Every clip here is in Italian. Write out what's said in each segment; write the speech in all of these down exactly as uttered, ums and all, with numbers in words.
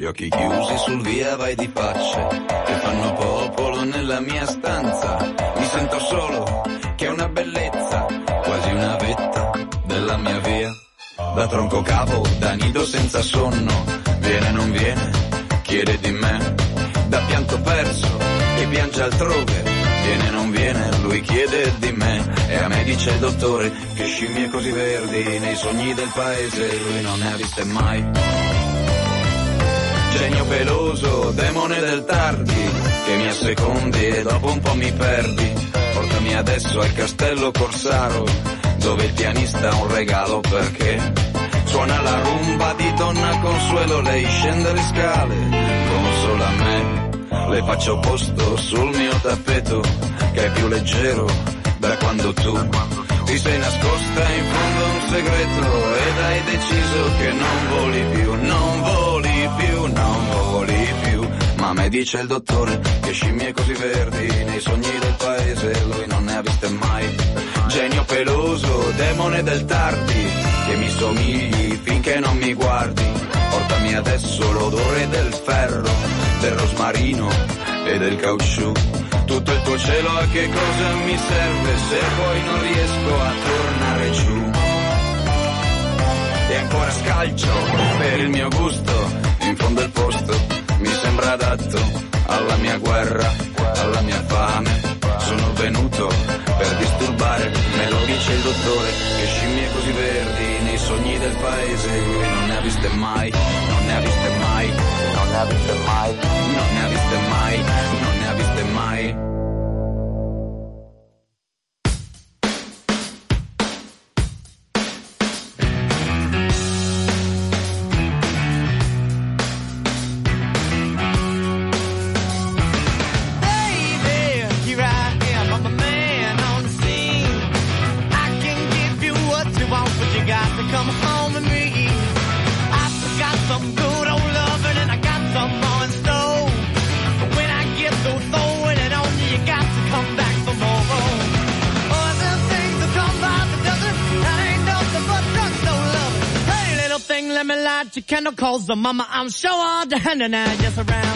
occhi chiusi sul via vai di facce che fanno popolo nella mia stanza. Mi sento solo, che è una bellezza, quasi una vetta della mia via. Da tronco cavo, da nido senza sonno, viene non viene, chiede di me. Da pianto perso, che piange altrove, viene non viene, lui chiede di me. E a me dice il dottore che scimmie così verdi nei sogni del paese lui non ne ha viste mai. Genio peloso, demone del tardi, che mi assecondi e dopo un po' mi perdi. Portami adesso al castello Corsaro, dove il pianista ha un regalo perché suona la rumba di Donna Consuelo. Lei scende le scale, consola me, le faccio posto sul mio tappeto, che è più leggero da quando tu ti sei nascosta in fondo a un segreto ed hai deciso che non voli più, non voli più, non voli più. Ma a me dice il dottore che scimmie così verdi nei sogni del paese lui non ne ha viste mai. Genio peloso, demone del tardi, che mi somigli finché non mi guardi. Portami adesso l'odore del ferro, del rosmarino e del caucciù. Tutto il tuo cielo a che cosa mi serve se poi non riesco a tornare giù. E ancora scalcio per il mio gusto, in fondo il posto mi sembra adatto alla mia guerra, alla mia fame. Sono venuto per disturbare, me lo dice il dottore, che scimmie così verdi nei sogni del paese lui non ne ha viste mai, non ne ha viste mai, non ne ha viste mai, non ne ha viste mai, non ne ha viste mai. Let me light your candle, cause the mama I'm sure all the hand and I just around.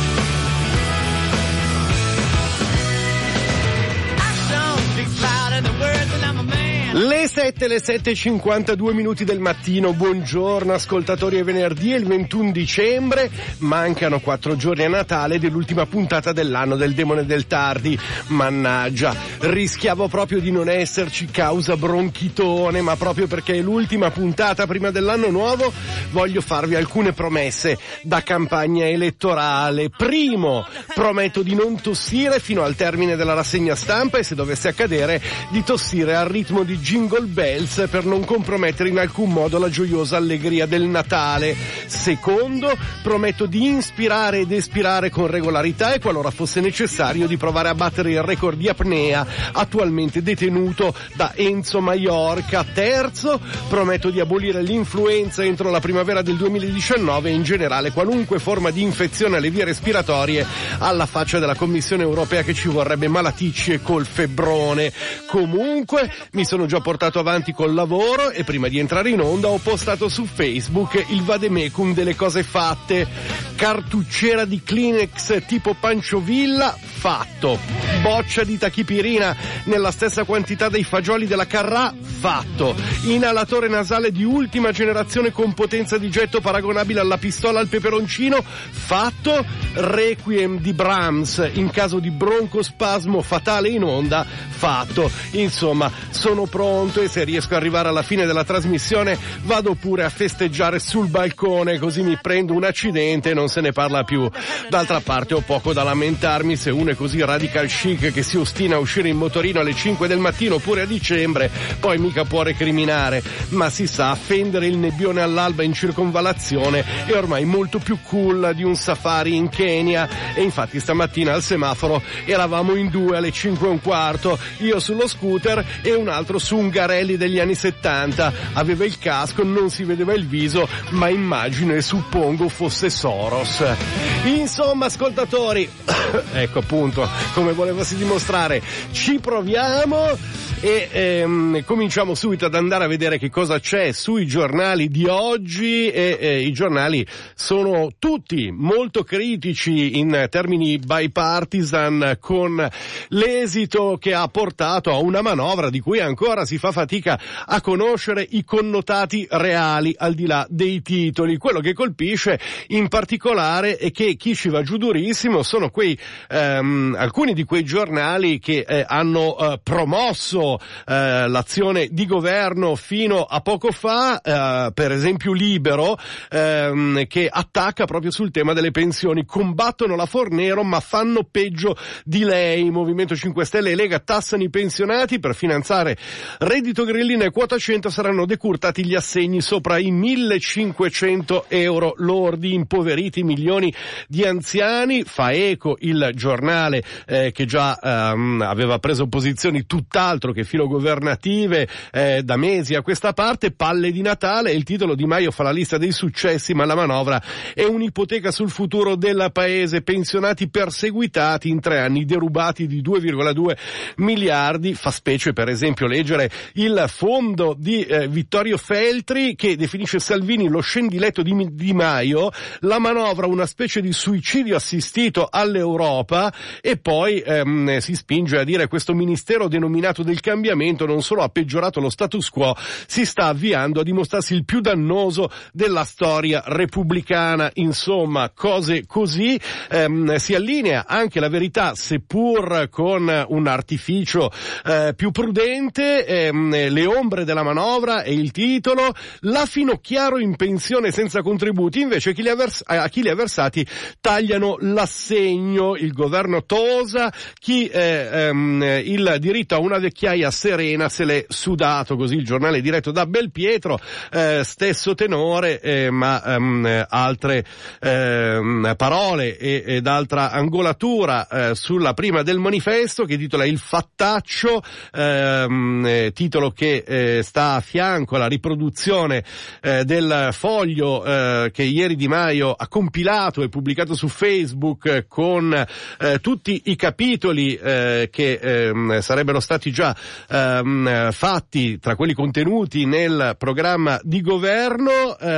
Action speaks louder than words and I'm a man. Le sette, le sette e cinquantadue minuti del mattino, buongiorno ascoltatori, è venerdì, è il ventuno dicembre, mancano quattro giorni a Natale dell'ultima puntata dell'anno del Demone del Tardi. Mannaggia, rischiavo proprio di non esserci causa bronchitone, ma proprio perché è l'ultima puntata prima dell'anno nuovo voglio farvi alcune promesse da campagna elettorale. Primo, prometto di non tossire fino al termine della rassegna stampa e se dovesse accadere di tossire al ritmo di Jingle Bells per non compromettere in alcun modo la gioiosa allegria del Natale. Secondo, prometto di inspirare ed espirare con regolarità e qualora fosse necessario di provare a battere il record di apnea attualmente detenuto da Enzo Maiorca. Terzo, prometto di abolire l'influenza entro la primavera del duemiladiciannove e in generale qualunque forma di infezione alle vie respiratorie, alla faccia della Commissione Europea che ci vorrebbe malaticci e col febbrone. Comunque mi sono già portato avanti col lavoro e prima di entrare in onda ho postato su Facebook il vademecum delle cose fatte. Cartucciera di Kleenex tipo Panciovilla, fatto. Boccia di tachipirina nella stessa quantità dei fagioli della Carrà, fatto. Inalatore nasale di ultima generazione con potenza di getto paragonabile alla pistola al peperoncino, fatto. Requiem di Brahms in caso di broncospasmo fatale in onda, fatto. Insomma, sono pronto e se riesco ad arrivare alla fine della trasmissione vado pure a festeggiare sul balcone, così mi prendo un accidente e non se ne parla più. D'altra parte ho poco da lamentarmi se uno è così radical chic che si ostina a uscire in motorino alle cinque del mattino oppure a dicembre, poi mica può recriminare, ma si sa, fendere il nebbione all'alba in circonvallazione è ormai molto più cool di un safari in Kenya. E infatti stamattina al semaforo eravamo in due alle cinque e un quarto, io sullo scooter e un altro su un Garelli degli anni settanta. Aveva il casco, non si vedeva il viso, ma immagino e suppongo fosse Soros. Insomma, ascoltatori, ecco appunto, come volevasi dimostrare, ci proviamo e ehm, cominciamo subito ad andare a vedere che cosa c'è sui giornali di oggi e eh, i giornali sono tutti molto critici in termini bipartisan, con l'esito che ha portato a una manovra di cui ancora si fa fatica a conoscere i connotati reali al di là dei titoli. Quello che colpisce in particolare è che chi ci va giù durissimo sono quei ehm, alcuni di quei giornali che eh, hanno eh, promosso eh, l'azione di governo fino a poco fa, eh, per esempio Libero, ehm, che attacca proprio sul tema delle pensioni. Combattono la Fornero ma fanno peggio di lei. Movimento cinque Stelle e Lega tassano i pensionati, per finanziare reddito grillino e quota cento saranno decurtati gli assegni sopra i millecinquecento euro lordi, impoveriti milioni di anziani. Fa eco il giornale eh, che già ehm, aveva preso posizioni tutt'altro che filogovernative eh, da mesi a questa parte. Palle di Natale, il titolo: Di Maio fa la lista dei successi ma la manovra è un'ipoteca sul futuro del paese, pensionati perseguitati, in tre anni derubati di due virgola due miliardi. Fa specie per esempio leggere il fondo di eh, Vittorio Feltri che definisce Salvini lo scendiletto di Di Maio, la manovra una specie di suicidio assistito all'Europa, e poi ehm, si spinge a dire: questo ministero denominato del cambiamento non solo ha peggiorato lo status quo, si sta avviando a dimostrarsi il più dannoso della storia repubblicana. Insomma, cose così. Ehm, si allinea anche La Verità, seppur con un artificio eh, più prudente. Ehm, le ombre della manovra è il titolo. La Finocchiaro in pensione senza contributi, invece chi li ha vers- a chi li ha versati tagliano l'assegno. Il governo tosa, chi eh, ehm, il diritto a una vecchiaia serena se l'è sudato, così il giornale diretto da Belpietro. Eh, stesso tenore eh, ma ehm, altre ehm, parole e, ed altra angolatura eh, sulla prima del Manifesto, che titola Il fattaccio, ehm, eh, titolo che eh, sta a fianco alla riproduzione eh, del foglio eh, che ieri Di Maio ha compilato e pubblicato su Facebook eh, con eh, tutti i capitoli eh, che eh, sarebbero stati già eh, fatti tra quelli contenuti nel programma di governo, eh,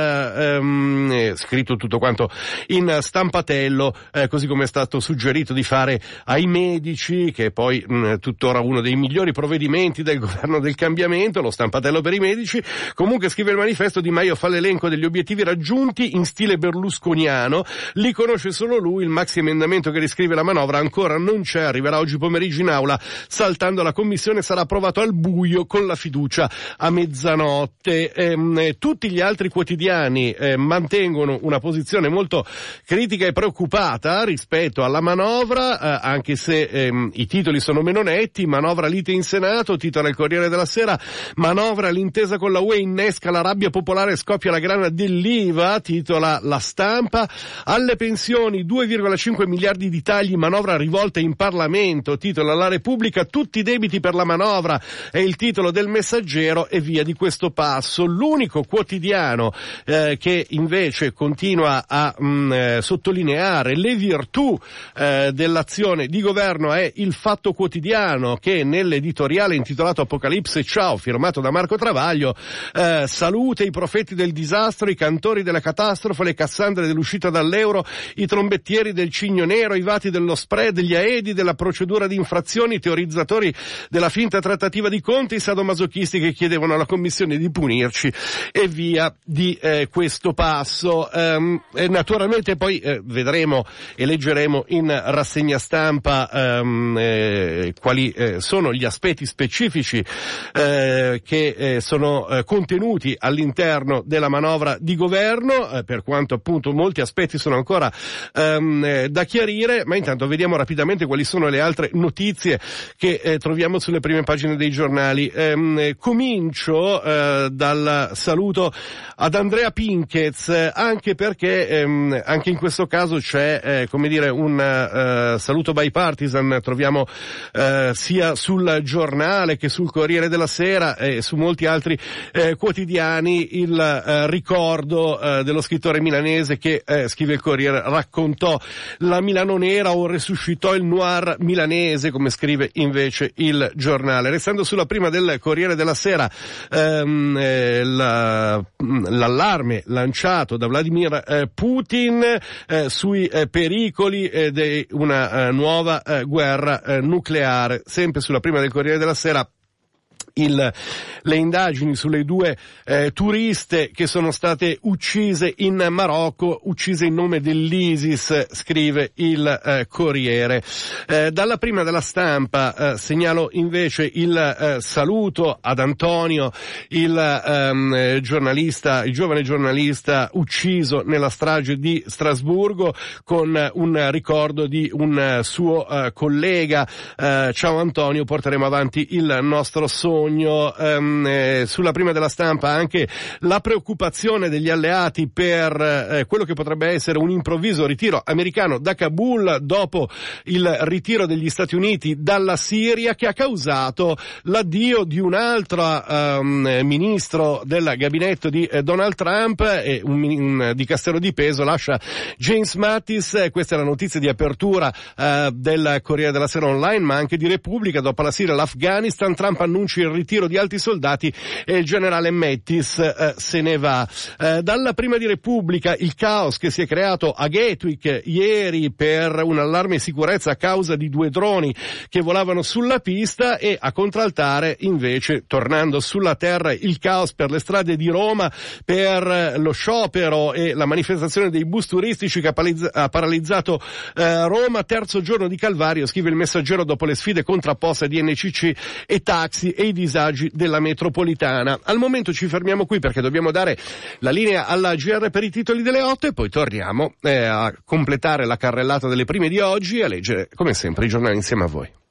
ehm, scritto tutto quanto in stampatello, eh, così come è stato suggerito di fare ai medici, che è poi mh, tuttora uno dei migliori provvedimenti del governo del cambiamento, lo stampatello per i medici. Comunque, scrive il Manifesto, Di Maio fa l'elenco degli obiettivi raggiunti in stile berlusconiano, li conosce solo lui. Il maxi emendamento che riscrive la manovra ancora non c'è, arriverà oggi pomeriggio in aula, saltando la commissione, sarà approvato al buio con la fiducia a mezzanotte. Ehm, tutti gli altri quotidiani eh, mantengono una posizione molto critica e preoccupata rispetto alla manovra, eh, anche se ehm, i titoli sono meno netti. Manovra lite in Senato, titola il Corriere della Sera. Manovra, l'intesa con la U E innesca la rabbia popolare, scoppia la grana dell'I V A, titola La Stampa. Alle pensioni due virgola cinque miliardi di tagli, manovra rivolta in Parlamento, titola La Repubblica. Tutti i debiti per la manovra è il titolo del Messaggero, e via di questo passo. L'unico quotidiano eh, che invece continua a mh, eh, sottolineare le virtù eh, dell'azione di governo è Il Fatto Quotidiano, che nell'editoriale intitolato Apocalisse Ciao, firmato da Marco Travaglio, eh, saluta i profeti del disastro, i cantori della catastrofe, le Cassandre dell'uscita dall'euro, i trombettieri del Cigno Nero, i vati dello spread, gli aedi della procedura di infrazioni, i teorizzatori della finta trattativa di conti, i sadomasochisti che chiedevano alla Commissione di punirci, e via di eh, questo passo. Ehm, e naturalmente poi eh, vedremo e leggeremo in rassegna stampa ehm, eh, quali eh, sono gli aspetti specifici eh, che eh, sono eh, contenuti all'interno della manovra di governo, eh, per quanto appunto molti aspetti sono ancora ehm, eh, da chiarire, ma intanto vediamo rapidamente quali sono le altre notizie che eh, troviamo sulle prime pagine dei giornali. Ehm, eh, comincio eh, dal saluto ad Andrea Pinkez, eh, anche perché ehm, anche in questo caso c'è eh, come dire un eh, saluto bipartisan. Troviamo eh, sia sul giornale che sul Corriere della Sera e su molti altri eh, quotidiani il eh, ricordo eh, dello scrittore milanese che, eh, scrive il Corriere, raccontò la Milano nera o resuscitò il noir milanese, come scrive invece il giornale. internazionale. Restando sulla prima del Corriere della Sera, ehm, eh, la, l'allarme lanciato da Vladimir eh, Putin eh, sui eh, pericoli eh, di una eh, nuova eh, guerra eh, nucleare. Sempre sulla prima del Corriere della Sera, Il, le indagini sulle due eh, turiste che sono state uccise in Marocco, uccise in nome dell'ISIS, scrive il eh, Corriere. Eh, dalla prima della Stampa eh, segnalo invece il eh, saluto ad Antonio, il ehm, giornalista, il giovane giornalista ucciso nella strage di Strasburgo, con un ricordo di un suo eh, collega. Eh, ciao Antonio, porteremo avanti il nostro sogno. Um, eh, sulla prima della Stampa anche la preoccupazione degli alleati per eh, quello che potrebbe essere un improvviso ritiro americano da Kabul dopo il ritiro degli Stati Uniti dalla Siria, che ha causato l'addio di un altro um, ministro del gabinetto di eh, Donald Trump, e un, un dicastero di peso lascia James Mattis. Questa è la notizia di apertura uh, del Corriere della Sera Online, ma anche di Repubblica. Dopo la Siria e l'Afghanistan, Trump annuncia il ritiro di alti soldati e il generale Mattis eh, se ne va. Eh, dalla prima di Repubblica, il caos che si è creato a Gatwick ieri per un allarme sicurezza a causa di due droni che volavano sulla pista, e a contraltare invece, tornando sulla terra, il caos per le strade di Roma per lo sciopero e la manifestazione dei bus turistici che ha paralizzato eh, Roma. Terzo giorno di calvario, scrive il Messaggero, dopo le sfide contrapposte di N C C e taxi e i disagi della metropolitana. Al momento ci fermiamo qui perché dobbiamo dare la linea alla G R per i titoli delle otto, e poi torniamo eh, a completare la carrellata delle prime di oggi e a leggere come sempre i giornali insieme a voi.